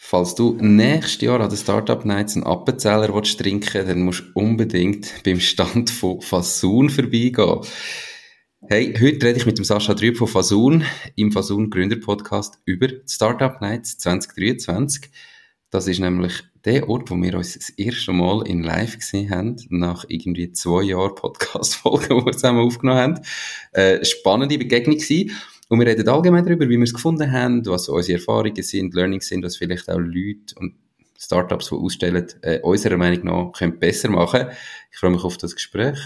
Falls du nächstes Jahr an den Startup Nights einen Appenzeller trinken willst, dann musst du unbedingt beim Stand von Fasun vorbeigehen. Hey, heute rede ich mit dem Sascha Trüb von Fasun im Fasun Gründer Podcast über die Startup Nights 2023. Das ist nämlich der Ort, wo wir uns das erste Mal in Live gesehen haben, nach irgendwie 2 Jahren Podcast-Folgen, die wir zusammen aufgenommen haben. Spannende Begegnung gewesen. Und wir reden allgemein darüber, wie wir es gefunden haben, was unsere Erfahrungen sind, Learnings sind, was vielleicht auch Leute und Startups, die ausstellen, unserer Meinung nach können besser machen. Ich freue mich auf das Gespräch.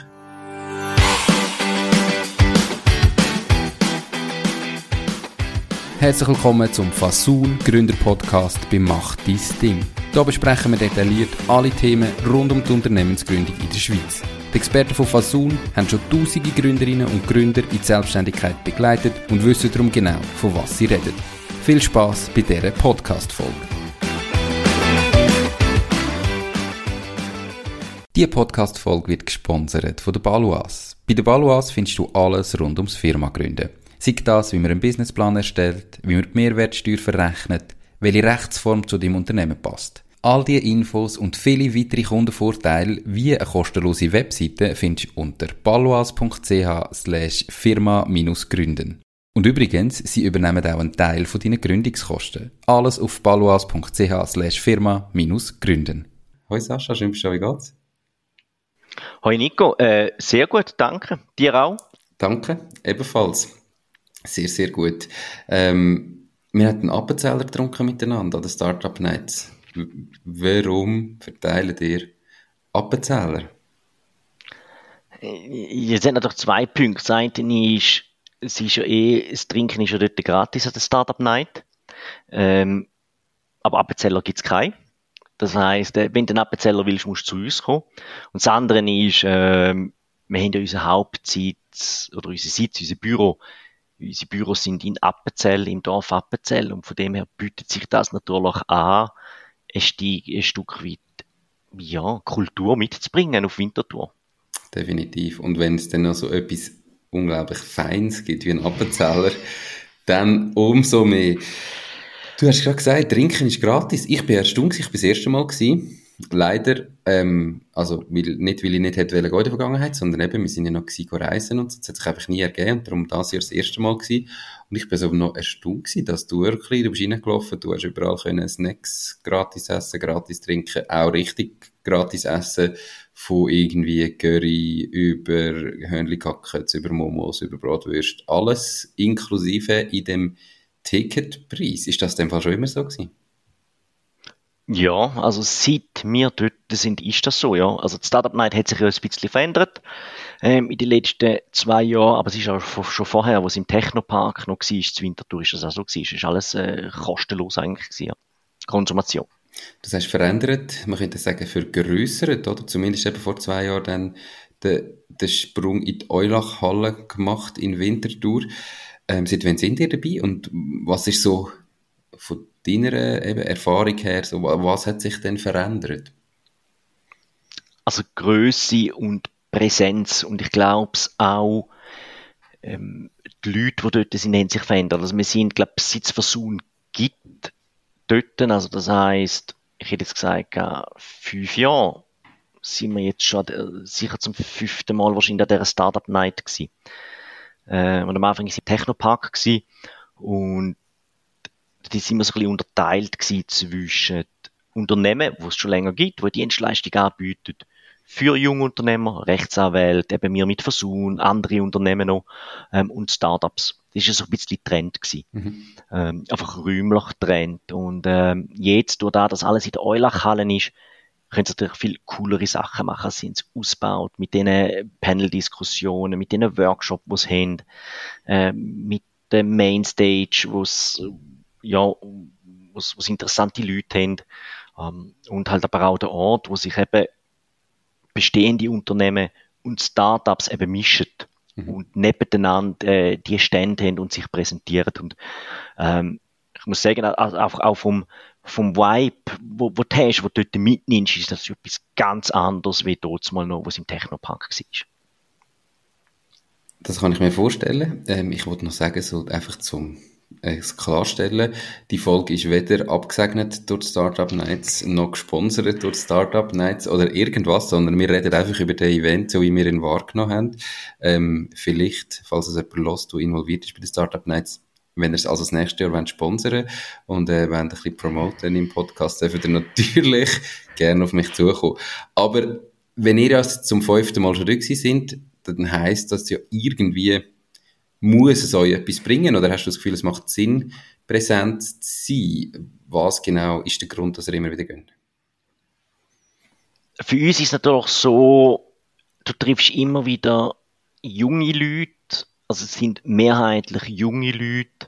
Herzlich willkommen zum Fasun Gründer Podcast bei Mach dein Ding. Hier besprechen wir detailliert alle Themen rund um die Unternehmensgründung in der Schweiz. Die Experten von Fasun haben schon tausende Gründerinnen und Gründer in die Selbstständigkeit begleitet und wissen darum genau, von was sie reden. Viel Spass bei dieser Podcast-Folge. Diese Podcast-Folge wird gesponsert von der Baloise. Bei der Baloise findest du alles rund ums Firma-Gründen. Sei das, wie man einen Businessplan erstellt, wie man die Mehrwertsteuer verrechnet, welche Rechtsform zu deinem Unternehmen passt. All diese Infos und viele weitere Kundenvorteile wie eine kostenlose Webseite findest du unter baloise.ch/firma-gründen. Und übrigens, sie übernehmen auch einen Teil von deinen Gründungskosten. Alles auf baloise.ch/firma-gründen. Hoi Sascha, schön bist du, wie geht's? Hoi Nico, sehr gut, danke. Dir auch? Danke, ebenfalls. Sehr, sehr gut. Wir haben einen Appenzeller getrunken miteinander an den Startup Nights. Warum verteilen ihr Appenzeller? Jetzt sind natürlich 2 Punkte. Das eine ist, das Trinken ist ja dort gratis an der Startup Night. Aber Appenzeller gibt es keinen. Das heisst, wenn du einen Appenzeller willst, musst du zu uns kommen. Und das andere ist, wir haben ja unsere Hauptsitz, oder unser Sitz, unser Büro. Unsere Büros sind in Appenzell, im Dorf Appenzell. Und von dem her bietet sich das natürlich an, ein Stück weit, ja, Kultur mitzubringen auf Winterthur. Definitiv. Und wenn es dann noch so etwas unglaublich Feines gibt wie ein Appenzeller, dann umso mehr. Du hast gerade gesagt, Trinken ist gratis. Ich bin erstaunt, ich war das erste Mal gewesen. Leider, also nicht, weil ich nicht hätte gehen in der Vergangenheit, sondern eben, wir sind ja noch reisen und so. Das hat sich einfach nie ergeben und darum das Jahr das erste Mal gewesen. Und ich bin so noch erstaunt gewesen, dass du wirklich, du bist reingelaufen, du hast überall können Snacks gratis essen, gratis trinken, auch richtig gratis essen, von irgendwie Curry über Hühnli-Kackets, über Momos, über Bratwürste, alles inklusive in dem Ticketpreis. Ist das in dem Fall schon immer so gewesen? Ja, also seit wir dort sind, ist das so, ja. Also die Startup Night hat sich ja ein bisschen verändert in den letzten 2 Jahren, aber es ist auch schon vorher, wo es im Technopark noch war, zu Winterthur ist das auch so gewesen. Es ist alles kostenlos eigentlich gewesen, ja. Konsumation. Das heißt verändert, man könnte sagen vergrößert, oder? Zumindest eben vor 2 Jahren dann den Sprung in die Eulach-Halle gemacht in Winterthur. Seit wann sind ihr dabei und was ist so von deiner eben Erfahrung her, so, was hat sich denn verändert? Also Grösse und Präsenz und ich glaube es auch, die Leute, die dort sind, haben sich verändert. Also wir sind, glaube ich, seit es Fasun gibt dort, also das heisst, ich hätte jetzt gesagt, 5 Jahre sind wir jetzt schon sicher zum 5. Mal wahrscheinlich an dieser Startup Night gewesen. Und am Anfang war es im Technopark gewesen, und die sind wir so ein bisschen unterteilt gewesen zwischen Unternehmen, die es schon länger gibt, die Dienstleistungen anbieten für junge Unternehmer, Rechtsanwälte, eben wir mit Fasun, andere Unternehmen noch, und Startups. Das war so ein bisschen Trend gewesen. Einfach räumlich Trend. Und jetzt, durch das, dass alles in der Eulach-Hallen ist, können sie natürlich viel coolere Sachen machen, sind sie ausgebaut, mit diesen Panel-Diskussionen, mit diesen Workshops, die sie haben, mit der Mainstage, wo interessante Leute haben, und halt aber auch der Ort, wo sich eben bestehende Unternehmen und Startups eben mischen und nebeneinander die Stände haben und sich präsentieren. Und ich muss sagen, auch vom Vibe, wo du hast, wo du dort mitnimmst, ist das etwas ganz anderes, wie dort mal noch, wo es im Technopark war. Das kann ich mir vorstellen. Ich wollte noch sagen, so einfach zum es klarstellen. Die Folge ist weder abgesegnet durch die Startup Nights noch gesponsert durch die Startup Nights oder irgendwas, sondern wir reden einfach über den Event, so wie wir ihn wahrgenommen haben. Vielleicht, falls es jemand hört, der involviert ist bei den Startup Nights, wenn ihr es also das nächste Jahr sponsern wollt und wollt ein bisschen promoten im Podcast, dürft ihr natürlich gerne auf mich zukommen. Aber wenn ihr erst zum 5. Mal schon da sind, dann heisst das ja irgendwie, muss es euch etwas bringen? Oder hast du das Gefühl, es macht Sinn, präsent zu sein? Was genau ist der Grund, dass ihr immer wieder geht? Für uns ist es natürlich so, du triffst immer wieder junge Leute, also es sind mehrheitlich junge Leute,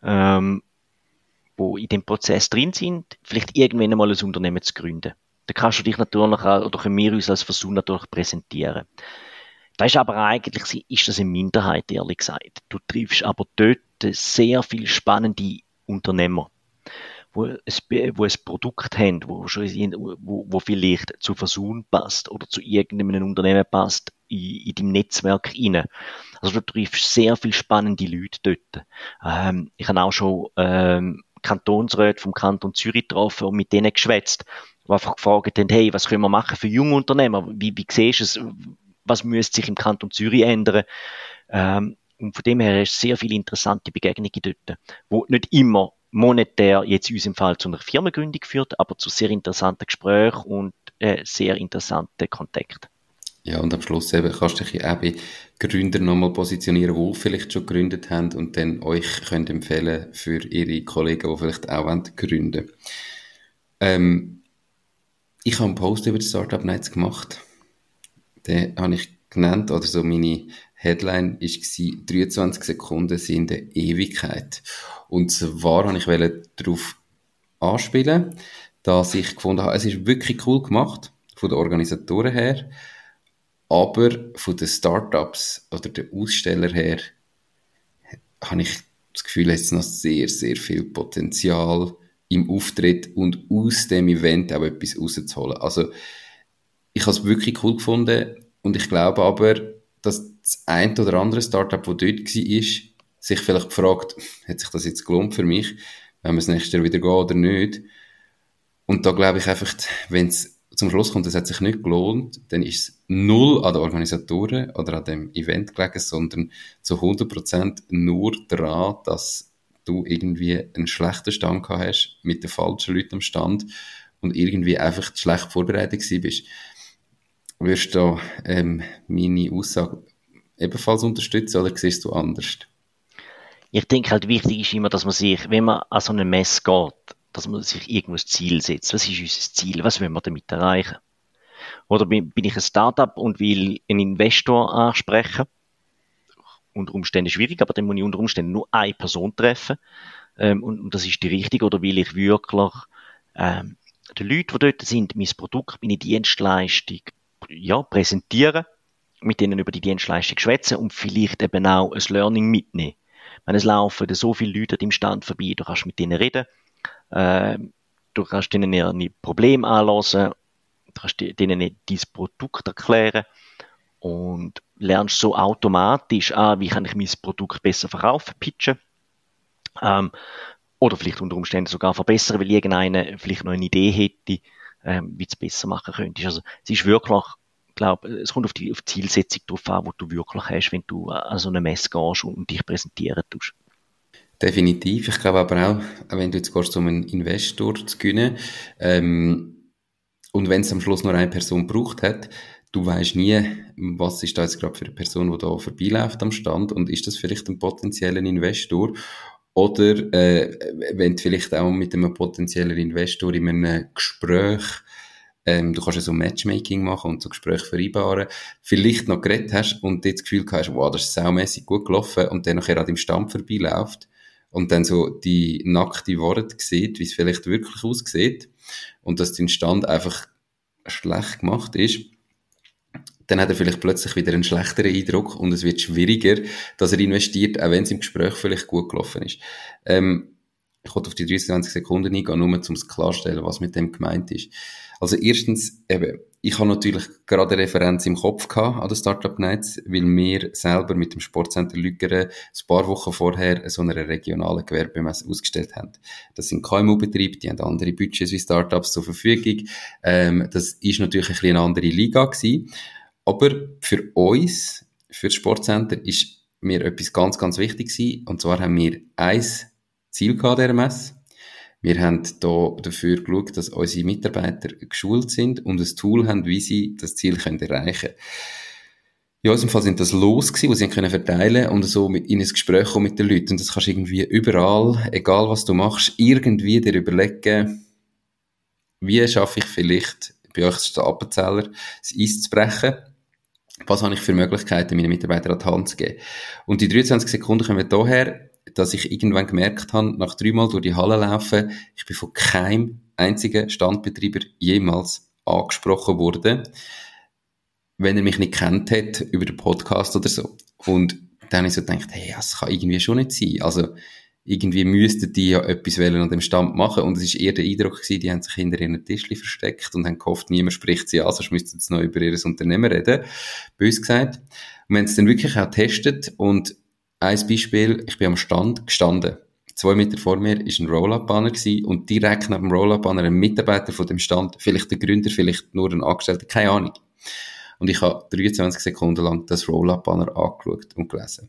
die in dem Prozess drin sind, vielleicht irgendwann einmal ein Unternehmen zu gründen. Da kannst du dich natürlich auch, oder können wir uns als Versuch natürlich präsentieren. Da ist aber eigentlich, ist das eine Minderheit, ehrlich gesagt. Du triffst aber dort sehr viele spannende Unternehmer, wo ein Produkt haben, wo vielleicht zu Versuch passt oder zu irgendeinem Unternehmen passt in deinem Netzwerk rein. Also du triffst sehr viele spannende Leute dort. Ich habe auch schon Kantonsräte vom Kanton Zürich getroffen und mit denen geschwätzt, die einfach gefragt haben, hey, was können wir machen für junge Unternehmer? Wie siehst du es? Was müsste sich im Kanton Zürich ändern? Und von dem her ist sehr viele interessante Begegnungen dort, wo nicht immer monetär jetzt in unserem Fall zu einer Firmengründung führt, aber zu sehr interessanten Gesprächen und sehr interessanten Kontakten. Ja, und am Schluss eben kannst du dich auch bei Gründern nochmal positionieren, die vielleicht schon gegründet haben und dann euch könnt empfehlen für ihre Kollegen, die vielleicht auch gründen wollen. Ich habe einen Post über die Startup Nights gemacht. Den habe ich genannt, oder so meine Headline war 23 Sekunden sind eine Ewigkeit. Und zwar wollte ich darauf anspielen, dass ich gefunden habe, es ist wirklich cool gemacht, von den Organisatoren her, aber von den Startups oder den Ausstellern her habe ich das Gefühl, es ist noch sehr, sehr viel Potenzial im Auftritt und aus dem Event auch etwas rauszuholen. Also, ich habe es wirklich cool gefunden und ich glaube aber, dass das ein oder andere Startup, das dort war, sich vielleicht gefragt, hat sich das jetzt gelohnt für mich, wenn wir das nächste Jahr wieder gehen oder nicht. Und da glaube ich einfach, wenn es zum Schluss kommt, es hat sich nicht gelohnt, dann ist es null an den Organisatoren oder an dem Event gelegen, sondern zu 100% nur daran, dass du irgendwie einen schlechten Stand gehabt hast, mit den falschen Leuten am Stand und irgendwie einfach schlecht vorbereitet gewesen bist. Würdest du meine Aussage ebenfalls unterstützen oder siehst du anders? Ich denke halt, wichtig ist immer, dass man sich, wenn man an so eine Messe geht, dass man sich irgendwo ein Ziel setzt. Was ist unser Ziel? Was wollen wir damit erreichen? Oder bin ich ein Startup und will einen Investor ansprechen? Unter Umständen schwierig, aber dann muss ich unter Umständen nur eine Person treffen. Und das ist die richtige. Oder will ich wirklich den Leuten, die dort sind, mein Produkt, meine Dienstleistung präsentieren, mit denen über die Dienstleistung schwätzen und vielleicht eben auch ein Learning mitnehmen. Wenn es laufen so viele Leute an deinem Stand vorbei, du kannst mit denen reden, du kannst denen ihre Probleme anhören, du kannst denen dein Produkt erklären und lernst so automatisch wie kann ich mein Produkt besser verkaufen, pitchen, oder vielleicht unter Umständen sogar verbessern, weil irgendeiner vielleicht noch eine Idee hätte, wie du es besser machen könntest. Also es ist wirklich, ich glaube, es kommt auf die Zielsetzung drauf an, die du wirklich hast, wenn du an so eine Messe gehst und dich präsentieren tust. Definitiv. Ich glaube aber auch, wenn du jetzt gehst, um einen Investor zu gewinnen, und wenn es am Schluss nur eine Person gebraucht hat, du weißt nie, was ist da jetzt gerade für eine Person, die da vorbeiläuft am Stand und ist das vielleicht ein potenzieller Investor? Oder wenn du vielleicht auch mit einem potenziellen Investor in einem Gespräch, du kannst ja so Matchmaking machen und so Gespräche vereinbaren, vielleicht noch geredet hast und jetzt das Gefühl hast, wow, das ist saumässig gut gelaufen und dann nachher an deinem Stand vorbeiläuft und dann so die nackte Worte sieht, wie es vielleicht wirklich aussieht und dass dein Stand einfach schlecht gemacht ist, dann hat er vielleicht plötzlich wieder einen schlechteren Eindruck und es wird schwieriger, dass er investiert, auch wenn es im Gespräch vielleicht gut gelaufen ist. Ich wollte auf die 23 Sekunden eingehen, nur um es klarstellen, was mit dem gemeint ist. Also erstens, eben, ich habe natürlich gerade eine Referenz im Kopf gehabt an den Startup Nights, weil wir selber mit dem Sportcenter Lügeren ein paar Wochen vorher so eine regionale Gewerbemesse ausgestellt haben. Das sind KMU-Betriebe, die haben andere Budgets wie Startups zur Verfügung. Das ist natürlich ein bisschen eine andere Liga gewesen. Aber für uns, für das Sportcenter, ist mir etwas ganz, ganz wichtig gewesen. Und zwar haben wir ein Ziel gehabt dieser Messe. Wir haben hier dafür geschaut, dass unsere Mitarbeiter geschult sind und ein Tool haben, wie sie das Ziel erreichen können. In unserem Fall sind das Los gewesen, die sie verteilen können und so in ein Gespräch kommen mit den Leuten. Und das kannst du irgendwie überall, egal was du machst, irgendwie dir überlegen, wie schaffe ich vielleicht, bei euch ist der Appenzeller, das Eis zu brechen. Was habe ich für Möglichkeiten, meinen Mitarbeitern an die Hand zu geben? Und die 23 Sekunden kommen daher, dass ich irgendwann gemerkt habe, nach 3 Mal durch die Halle laufen, ich bin von keinem einzigen Standbetreiber jemals angesprochen worden, wenn er mich nicht kennt hat, über den Podcast oder so. Und dann habe ich so gedacht, hey, das kann irgendwie schon nicht sein. Also, irgendwie müssten die ja etwas an dem Stand machen. Und es war eher der Eindruck gewesen, die haben sich hinter ihren Tischchen versteckt und haben gehofft, niemand spricht sie an, sonst müssten sie noch über ihr Unternehmen reden. Bös gesagt. Und wir haben es dann wirklich auch getestet und ein Beispiel, ich bin am Stand gestanden. 2 Meter vor mir war ein Roll-Up-Banner und direkt neben dem Roll-Up-Banner ein Mitarbeiter von dem Stand, vielleicht der Gründer, vielleicht nur ein Angestellter, keine Ahnung. Und ich habe 23 Sekunden lang das Roll-Up-Banner angeschaut und gelesen.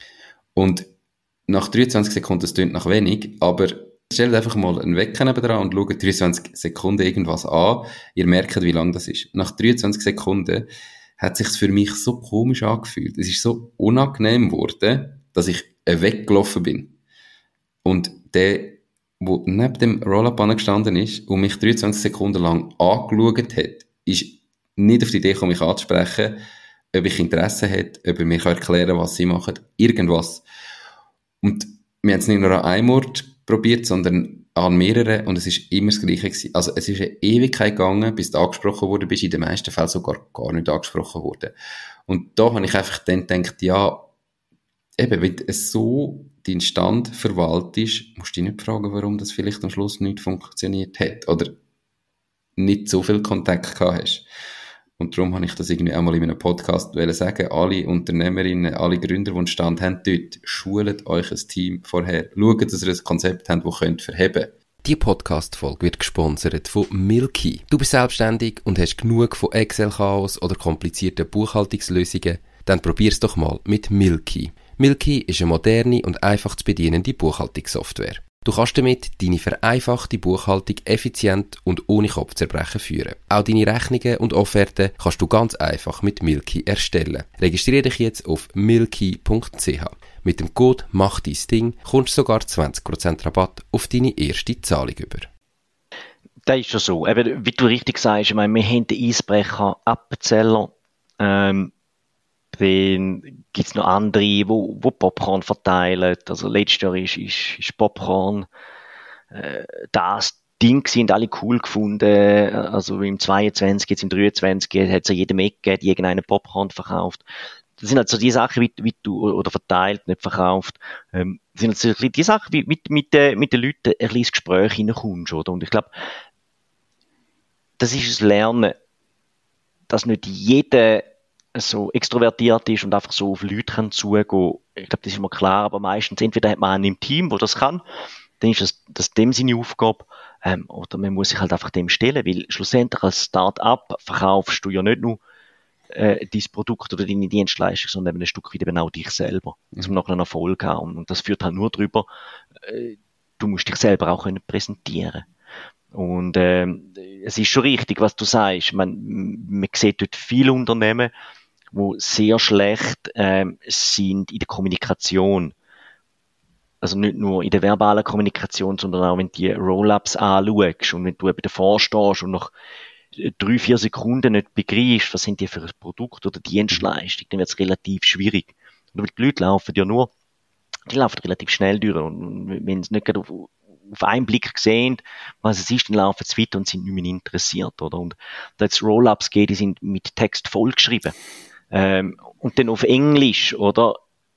Und nach 23 Sekunden, das klingt nach wenig, aber stellt einfach mal einen Wecker nebenan und schaut 23 Sekunden irgendwas an. Ihr merkt, wie lang das ist. Nach 23 Sekunden hat sich's für mich so komisch angefühlt. Es ist so unangenehm geworden, dass ich weggelaufen bin. Und der, der neben dem Roll-Up-Banner gestanden ist und mich 23 Sekunden lang angeschaut hat, ist nicht auf die Idee gekommen, mich anzusprechen, ob ich Interesse hätte, ob er mir erklären kann, was sie machen, irgendwas. Und wir haben es nicht nur an einem Ort probiert, sondern an mehreren und es ist immer das Gleiche gewesen. Also es ist eine Ewigkeit gegangen, bis du angesprochen worden bist, in den meisten Fällen sogar gar nicht angesprochen worden. Und da habe ich einfach dann gedacht, ja, eben, wenn du so deinen Stand verwaltest, musst du dich nicht fragen, warum das vielleicht am Schluss nicht funktioniert hat oder nicht so viel Kontakt gehabt hast. Und darum habe ich das irgendwie auch mal in einem Podcast sagen, alle Unternehmerinnen, alle Gründer, die einen Stand haben dort, schult euch ein Team vorher. Schaut, dass ihr ein Konzept habt, das könnt verheben. Die Podcast-Folge wird gesponsert von Milky. Du bist selbstständig und hast genug von Excel-Chaos oder komplizierten Buchhaltungslösungen? Dann probier's doch mal mit Milky. Milky ist eine moderne und einfach zu bedienende Buchhaltungssoftware. Du kannst damit deine vereinfachte Buchhaltung effizient und ohne Kopfzerbrechen führen. Auch deine Rechnungen und Offerten kannst du ganz einfach mit Milky erstellen. Registriere dich jetzt auf milky.ch. Mit dem Code «Mach dein Ding» kommst du sogar 20% Rabatt auf deine erste Zahlung über. Das ist schon so. Eben, wie du richtig sagst, ich meine, wir haben den Eisbrecher Appenzeller, dann gibt's noch andere, wo Popcorn verteilen. Also letztes Jahr ist Popcorn das Ding sind alle cool gefunden. Also im 22, jetzt im 23 hat es ja jede Ecke, die irgendeinen Popcorn verkauft. Das sind also die Sachen, wie du, oder verteilt, nicht verkauft, das sind also die Sachen, wie mit den Leuten ein bisschen ins Gespräch hineinkommst, oder? Und ich glaube, das ist das Lernen, dass nicht jeder so extrovertiert ist und einfach so auf Leute kann zugehen. Ich glaube, das ist mir klar, aber meistens entweder hat man einen im Team, der das kann, dann ist das dem seine Aufgabe, oder man muss sich halt einfach dem stellen, weil schlussendlich als Start-up verkaufst du ja nicht nur dein Produkt oder deine Dienstleistung, sondern eben ein Stück weit eben auch dich selber, um noch einen Erfolg zu haben. Und das führt halt nur darüber, du musst dich selber auch können präsentieren. Und es ist schon richtig, was du sagst. Man sieht dort viele Unternehmen, die sehr schlecht sind in der Kommunikation. Also nicht nur in der verbalen Kommunikation, sondern auch wenn du die Roll-Ups anschaust und wenn du eben davor stehst und nach 3-4 Sekunden nicht begreifst, was sind die für ein Produkt oder Dienstleistung, dann wird es relativ schwierig. Und die Leute laufen ja nur, die laufen relativ schnell durch und wenn sie nicht gerade auf einen Blick sehen, was es ist, dann laufen sie weiter und sind nicht mehr interessiert, oder? Und da jetzt Roll-Ups geht, die sind mit Text vollgeschrieben. Und dann auf Englisch, oder?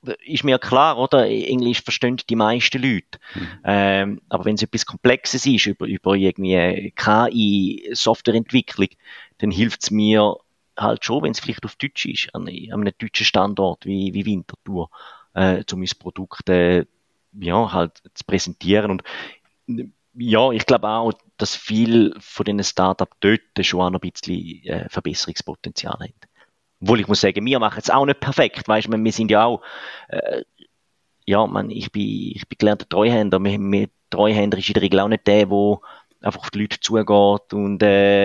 ist mir klar, oder? Englisch verstehen die meisten Leute. Aber wenn es etwas Komplexes ist, über irgendwie KI-Softwareentwicklung, dann hilft es mir halt schon, wenn es vielleicht auf Deutsch ist, an einem deutschen Standort wie Winterthur, um mein Produkt halt zu präsentieren. Und ja, ich glaube auch, dass viel von diesen Startups dort schon auch noch ein bisschen Verbesserungspotenzial haben. Obwohl ich muss sagen, wir machen es auch nicht perfekt. Weißt, wir sind ja auch, ich bin gelernter Treuhänder. Treuhänder ist in der Regel auch nicht der einfach auf die Leute zugeht und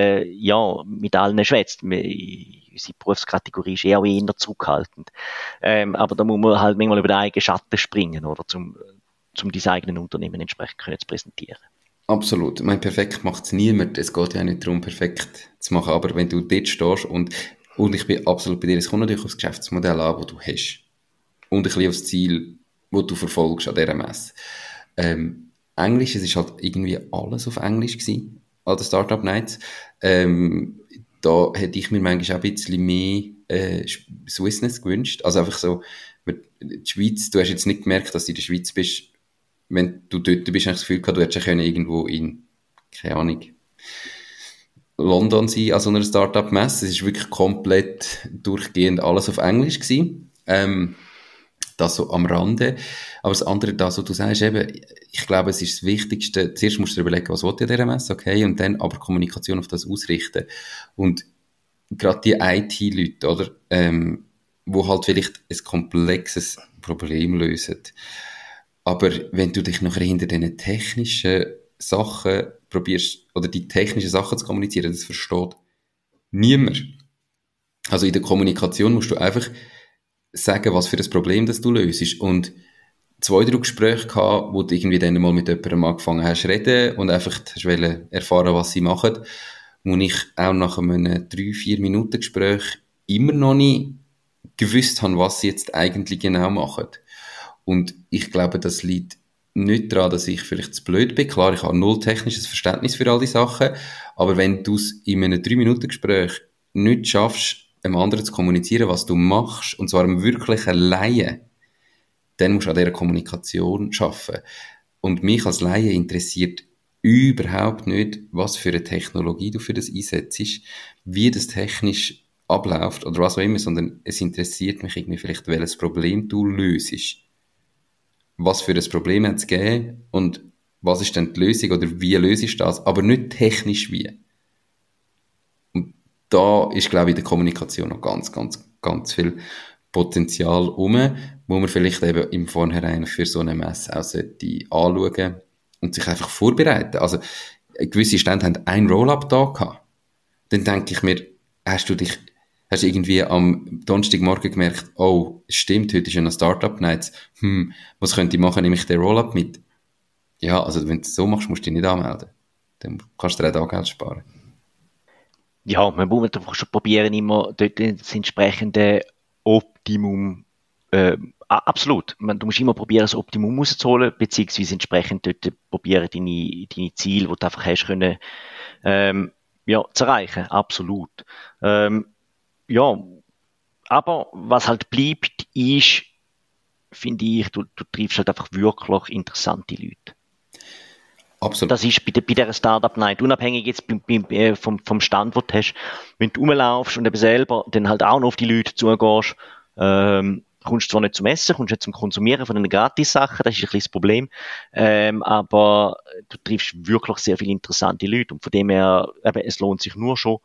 mit allen schwätzt. Unsere Berufskategorie ist eher zurückhaltend. Aber da muss man halt manchmal über den eigenen Schatten springen, oder? Um dein eigenes Unternehmen entsprechend zu präsentieren. Absolut. Ich meine, perfekt macht es niemand. Es geht ja nicht darum, perfekt zu machen. Aber wenn du dort stehst und ich bin absolut bei dir, es kommt natürlich auf das Geschäftsmodell an, das du hast. Und ein bisschen auf das Ziel, das du verfolgst an dieser Messe. Englisch, es ist halt irgendwie alles auf Englisch gewesen, an den Startup Nights. Da hätte ich mir manchmal auch ein bisschen mehr Swissness gewünscht. Also einfach so, die Schweiz, du hast jetzt nicht gemerkt, dass du in der Schweiz bist, wenn du dort bist, hast du das Gefühl gehabt, du hättest ja irgendwo in, keine Ahnung, London sein, an so einer Startup-Messe. Es ist wirklich komplett durchgehend alles auf Englisch gewesen. Das so am Rande. Aber das andere, das, was du sagst, eben, ich glaube, es ist das Wichtigste. Zuerst musst du dir überlegen, was willst du an dieser Messe, okay? Und dann aber Kommunikation auf das ausrichten. Und gerade die IT-Leute, oder? Wo halt vielleicht ein komplexes Problem lösen. Aber wenn du dich nachher hinter diesen technischen Sachen probierst, oder die technischen Sachen zu kommunizieren, das versteht niemand. Also in der Kommunikation musst du einfach sagen, was für ein Problem das du löst. Und 2-3 Gespräche gehabt, wo du irgendwie dann mal mit jemandem angefangen hast zu reden und einfach hast erfahren, was sie machen, wo ich auch nach einem 3-4 Minuten Gespräch immer noch nicht gewusst habe, was sie jetzt eigentlich genau machen. Und ich glaube, das liegt nicht daran, dass ich vielleicht zu blöd bin. Klar, ich habe null technisches Verständnis für all die Sachen, aber wenn du es in einem 3-Minuten-Gespräch nicht schaffst, einem anderen zu kommunizieren, was du machst, und zwar einem wirklichen Laien, dann musst du an dieser Kommunikation arbeiten. Und mich als Laie interessiert überhaupt nicht, was für eine Technologie du für das einsetzt, wie das technisch abläuft oder was auch immer, sondern es interessiert mich irgendwie vielleicht, welches Problem du löst. Was für ein Problem hat es gegeben und was ist denn die Lösung oder wie löse ich das, aber nicht technisch wie. Und da ist, glaube ich, in der Kommunikation noch ganz, ganz, ganz viel Potenzial rum, wo man vielleicht eben im Vornherein für so eine Messe auch anschauen und sich einfach vorbereiten. Also gewisse Stände haben einen Roll-Up-Tag gehabt. Dann denke ich mir, hast du irgendwie am Donnerstagmorgen gemerkt, oh, stimmt, heute ist ja eine Startup-Night. Was könnte ich machen? Nehme ich den Roll-Up mit? Ja, also wenn du es so machst, musst du dich nicht anmelden. Dann kannst du dir auch Geld sparen. Ja, man muss einfach schon probieren, immer dort das entsprechende Optimum, absolut. Du musst immer probieren, das Optimum rauszuholen, beziehungsweise entsprechend dort probieren, deine Ziele, die du einfach hast können, zu erreichen. Absolut. Ja, aber was halt bleibt, ist, finde ich, du triffst halt einfach wirklich interessante Leute. Absolut. Das ist bei dieser Startup Night, unabhängig jetzt vom Stand, den du hast, wenn du rumlaufst und eben selber dann halt auch noch auf die Leute zugehst, kommst zwar nicht zum Essen, kommst nicht zum Konsumieren von den Gratis-Sachen, das ist ein bisschen das Problem, aber du triffst wirklich sehr viele interessante Leute und von dem her, eben, es lohnt sich nur schon,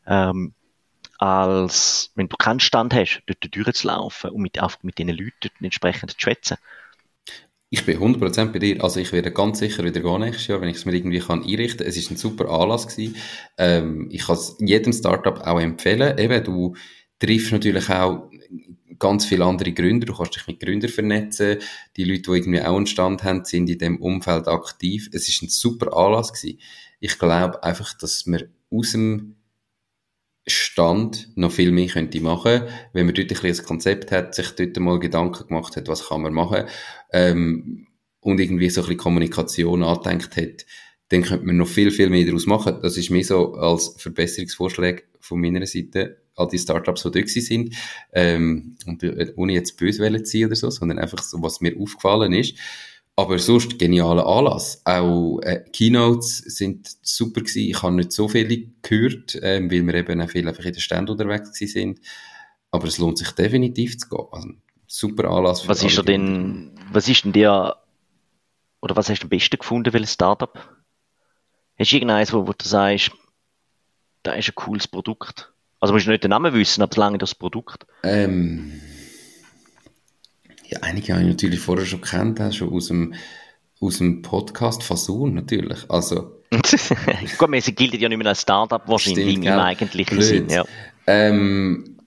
als wenn du keinen Stand hast, dort durchzulaufen und mit diesen Leuten dort entsprechend zu schwätzen. Ich bin 100% bei dir. Also ich werde ganz sicher wieder gehen nächstes Jahr, wenn ich es mir irgendwie einrichten kann. Es ist ein super Anlass gewesen. Ich kann es jedem Startup auch empfehlen. Eben, du triffst natürlich auch ganz viele andere Gründer. Du kannst dich mit Gründern vernetzen. Die Leute, die irgendwie auch einen Stand haben, sind in dem Umfeld aktiv. Es ist ein super Anlass gewesen. Ich glaube einfach, dass man aus dem Stand noch viel mehr könnte machen, wenn man dort ein bisschen ein Konzept hat, sich dort mal Gedanken gemacht hat, was kann man machen, und irgendwie so ein bisschen Kommunikation angedenkt hat, dann könnte man noch viel, viel mehr daraus machen. Das ist mehr so als Verbesserungsvorschlag von meiner Seite. all die Startups, die dort sind, und ohne jetzt böse wollen zu sein oder so, sondern einfach so, was mir aufgefallen ist. Aber sonst genialer Anlass. Auch Keynotes sind super gewesen. Ich habe nicht so viele gehört, weil wir eben auch viel einfach in den Ständen unterwegs gewesen sind. Aber es lohnt sich definitiv zu gehen. Also, super Anlass für Was ist denn dir, oder was hast du am besten gefunden, welches Startup? Hast du irgendeins, wo du sagst, da ist ein cooles Produkt? Also musst du nicht den Namen wissen, aber solange das Produkt. Ja, einige habe ich natürlich vorher schon kennt, schon aus dem Podcast Fasun natürlich. Also, Gut, wir gilt ja nicht mehr als Startup wahrscheinlich stimmt, im gell? eigentlichen Blöd. Sinn. Ja. Ein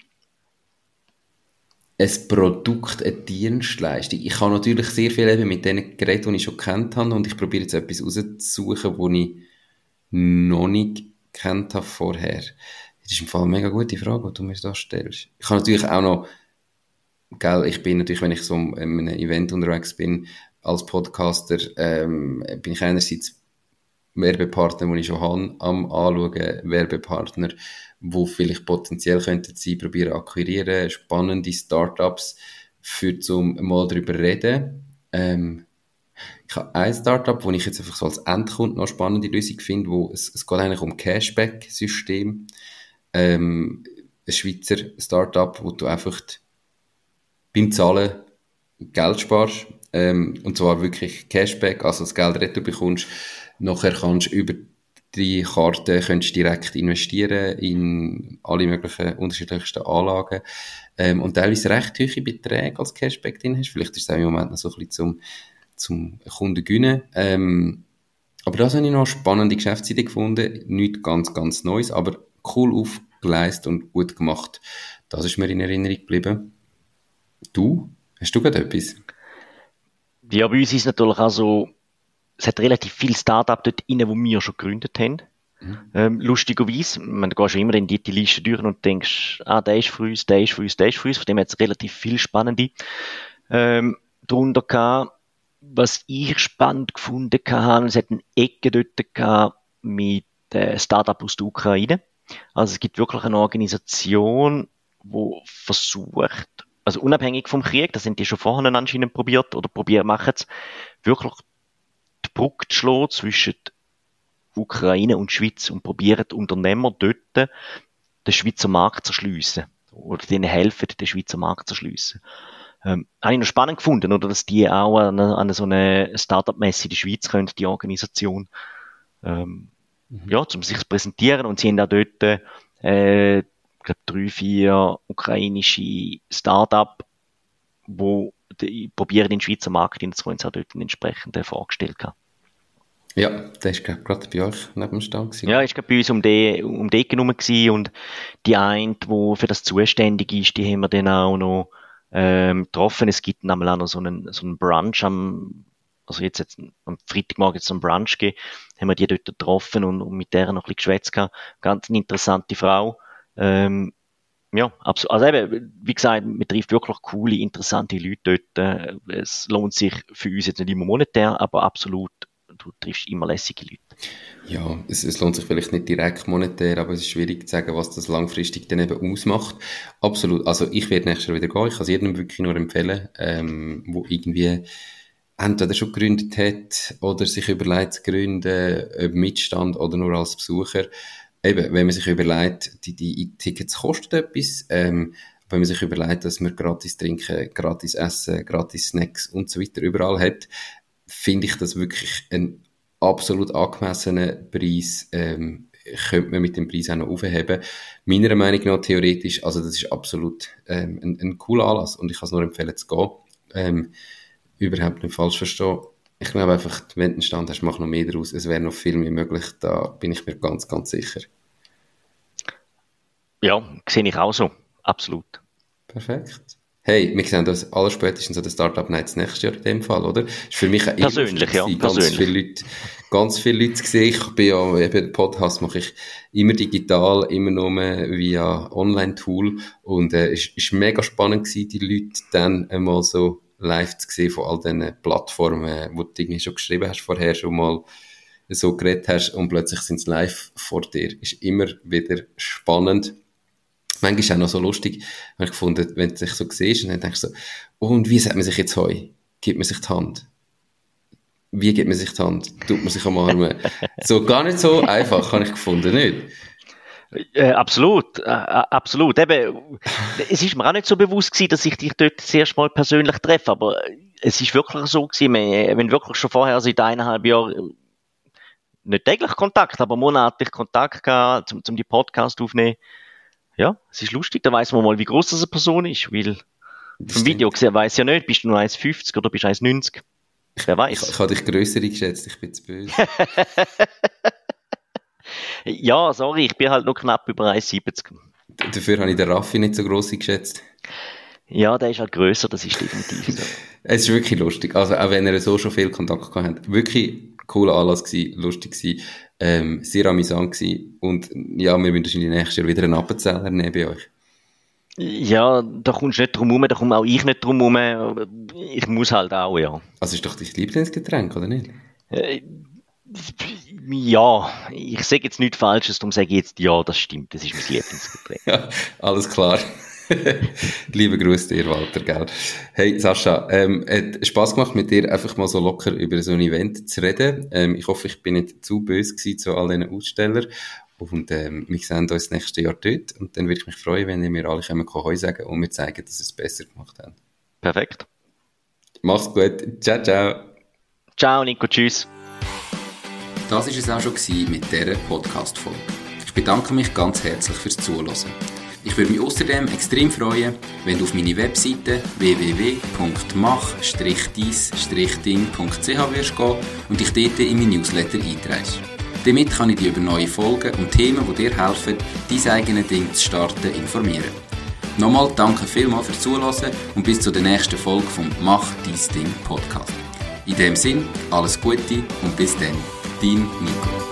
Produkt, eine Dienstleistung. Ich habe natürlich sehr viel eben mit den Geräten, die ich schon kennt habe, und ich probiere jetzt etwas rauszusuchen, das ich noch nicht kennt habe vorher. Das ist im Fall eine mega gute Frage, die du mir da stellst. Ich habe natürlich auch noch, gell, ich bin natürlich, wenn ich so an einem Event unterwegs bin, als Podcaster, bin ich einerseits Werbepartner, die ich schon habe, am Anschauen, Werbepartner, wo vielleicht potenziell könnten sie probieren akquirieren, spannende Startups, für zum mal darüber reden. Ich habe ein Startup, wo ich jetzt einfach so als Endkunde noch eine spannende Lösung finde, wo es geht eigentlich um Cashback-System. Ein Schweizer Startup, wo du einfach beim Zahlen Geld sparst, und zwar wirklich Cashback, also das Geld retour bekommst. Nachher kannst du über die Karte direkt investieren in alle möglichen unterschiedlichsten Anlagen, und teilweise recht hohe Beträge als Cashback drin hast. Vielleicht ist es auch im Moment noch so ein bisschen zum Kunden gewinnen. Aber das habe ich noch eine spannende Geschäftsidee gefunden. Nichts ganz, ganz Neues, aber cool aufgeleistet und gut gemacht. Das ist mir in Erinnerung geblieben. Du? Hast du gerade etwas? Ja, bei uns ist es natürlich auch so, es hat relativ viele Startups dort rein, die wir schon gegründet haben. Lustigerweise, du gehst immer in die Liste durch und denkst, der ist für uns, der ist für uns, der ist für uns. Von dem hat es relativ viel Spannende darunter gehabt. Was ich spannend gefunden habe, es hat eine Ecke dort gehabt mit Startup aus der Ukraine. Also es gibt wirklich eine Organisation, die versucht, also unabhängig vom Krieg, das sind die schon vorher anscheinend probiert oder machen es, wirklich die Brücke zu schlagen zwischen Ukraine und Schweiz und probieren die Unternehmer dort den Schweizer Markt zu erschliessen oder denen helfen, den Schweizer Markt zu erschliessen. Habe ich noch spannend gefunden, oder, dass die auch an so eine Startup-Messe in der Schweiz können, die Organisation, ja, um sich zu präsentieren, und sie haben auch dort, ich glaube, 3, 4 ukrainische Startup, die probieren, in den Schweizer Markt hineinzukommen, auch dort entsprechend vorgestellt haben. Ja, der ist gerade bei euch neben dem Stand gewesen. Ja, ist gerade bei uns um die Ecke herum gewesen, und die eine, die für das zuständig ist, die haben wir dann auch noch getroffen. Es gibt nämlich auch noch so einen Brunch am Freitagmorgen jetzt einen Brunch gegeben, haben wir die dort getroffen und mit der noch ein bisschen geschwätzt gehabt. Ganz eine interessante Frau. Ja, absolut. Also eben, wie gesagt, man trifft wirklich coole, interessante Leute dort. Es lohnt sich für uns jetzt nicht immer monetär, aber absolut, du triffst immer lässige Leute. Ja, es lohnt sich vielleicht nicht direkt monetär, aber es ist schwierig zu sagen, was das langfristig dann eben ausmacht. Absolut. Also ich werde nächstes Jahr wieder gehen. Ich kann es jedem wirklich nur empfehlen, wo irgendwie entweder schon gegründet hat oder sich überlegt zu gründen, ob Mitstand oder nur als Besucher. Eben, wenn man sich überlegt, die Tickets kosten etwas, wenn man sich überlegt, dass man gratis trinken, gratis essen, gratis Snacks und so weiter überall hat, finde ich das wirklich ein absolut angemessenen Preis, könnte man mit dem Preis auch noch aufheben. Meiner Meinung nach theoretisch, also das ist absolut ein cooler Anlass und ich kann es nur empfehlen zu gehen. Überhaupt nicht falsch verstehen. Ich glaube einfach, wenn du einen Stand hast, mach noch mehr daraus. Es wäre noch viel mehr möglich, da bin ich mir ganz, ganz sicher. Ja, sehe ich auch so. Absolut. Perfekt. Hey, wir sehen das allerspätestens an der Startup Nights nächstes Jahr in dem Fall, oder? Ist für mich auch persönlich, ja. Ganz viele Leute gesehen. Ich bin ja, eben, Podcast mache ich immer digital, immer nur via Online-Tool. Und, ist mega spannend gewesen, die Leute dann einmal so live zu sehen von all diesen Plattformen, wo du irgendwie schon geschrieben hast, vorher schon mal so geredet hast und plötzlich sind sie live vor dir. Ist immer wieder spannend. Manchmal ist es auch noch so lustig, habe ich gefunden, wenn du dich so siehst und dann denkst du so, und wie sagt man sich jetzt Heu? Gibt man sich die Hand? Wie gibt man sich die Hand? Tut man sich am Arm? So, gar nicht so einfach, habe ich gefunden, nicht? Absolut, absolut. Eben, es ist mir auch nicht so bewusst gewesen, dass ich dich dort das erste Mal persönlich treffe, aber es ist wirklich so gewesen, wenn wirklich schon vorher seit 1,5 Jahren nicht täglich Kontakt, aber monatlich Kontakt gehabt, um die Podcast aufzunehmen. Ja, es ist lustig, da weiss man mal, wie groß das eine Person ist, weil vom Video gesehen weiss ja nicht, bist du nur 1,50 oder bist du 1,90? Wer weiß. Ich habe dich grösser geschätzt, ich bin zu böse. Ja, sorry, ich bin halt noch knapp über 1,70. Dafür habe ich den Raffi nicht so gross geschätzt. Ja, der ist halt grösser, das ist definitiv so. Es ist wirklich lustig. Also, auch wenn ihr so schon viel Kontakt gehabt habt. Wirklich cooler Anlass gewesen, lustig gewesen, sehr amüsant gewesen. Und ja, wir müssen wahrscheinlich nächstes Jahr wieder einen Appenzeller nehmen bei euch. Ja, da kommst du nicht drum herum, da komme auch ich nicht drum herum. Ich muss halt auch, ja. Also ist doch dein Lieblingsgetränk, oder nicht? Ja, ich sage jetzt nichts Falsches, darum sage ich jetzt, ja, das stimmt, das ist mein Lieblingsgetränk. Ja, alles klar. Liebe Grüße dir, Walter, gell? Hey, Sascha, hat Spass gemacht, mit dir einfach mal so locker über so ein Event zu reden. Ich hoffe, ich bin nicht zu böse gewesen zu all diesen Ausstellern. Und wir sehen uns nächstes Jahr dort. Und dann würde ich mich freuen, wenn ihr mir alle Heu sagen und mir zeigen, dass ihr es besser gemacht habt. Perfekt. Mach's gut. Ciao, ciao. Ciao, Nico. Tschüss. Das war es auch schon mit dieser Podcast-Folge. Ich bedanke mich ganz herzlich fürs Zuhören. Ich würde mich außerdem extrem freuen, wenn du auf meine Webseite www.mach-deis-ding.ch wirst gehen und dich dort in mein Newsletter einträgst. Damit kann ich dich über neue Folgen und Themen, die dir helfen, dein eigenes Ding zu starten, informieren. Nochmal danke vielmals fürs Zuhören und bis zur nächsten Folge vom Mach deis Ding Podcast. In dem Sinn, alles Gute und bis dann. Dein Nico.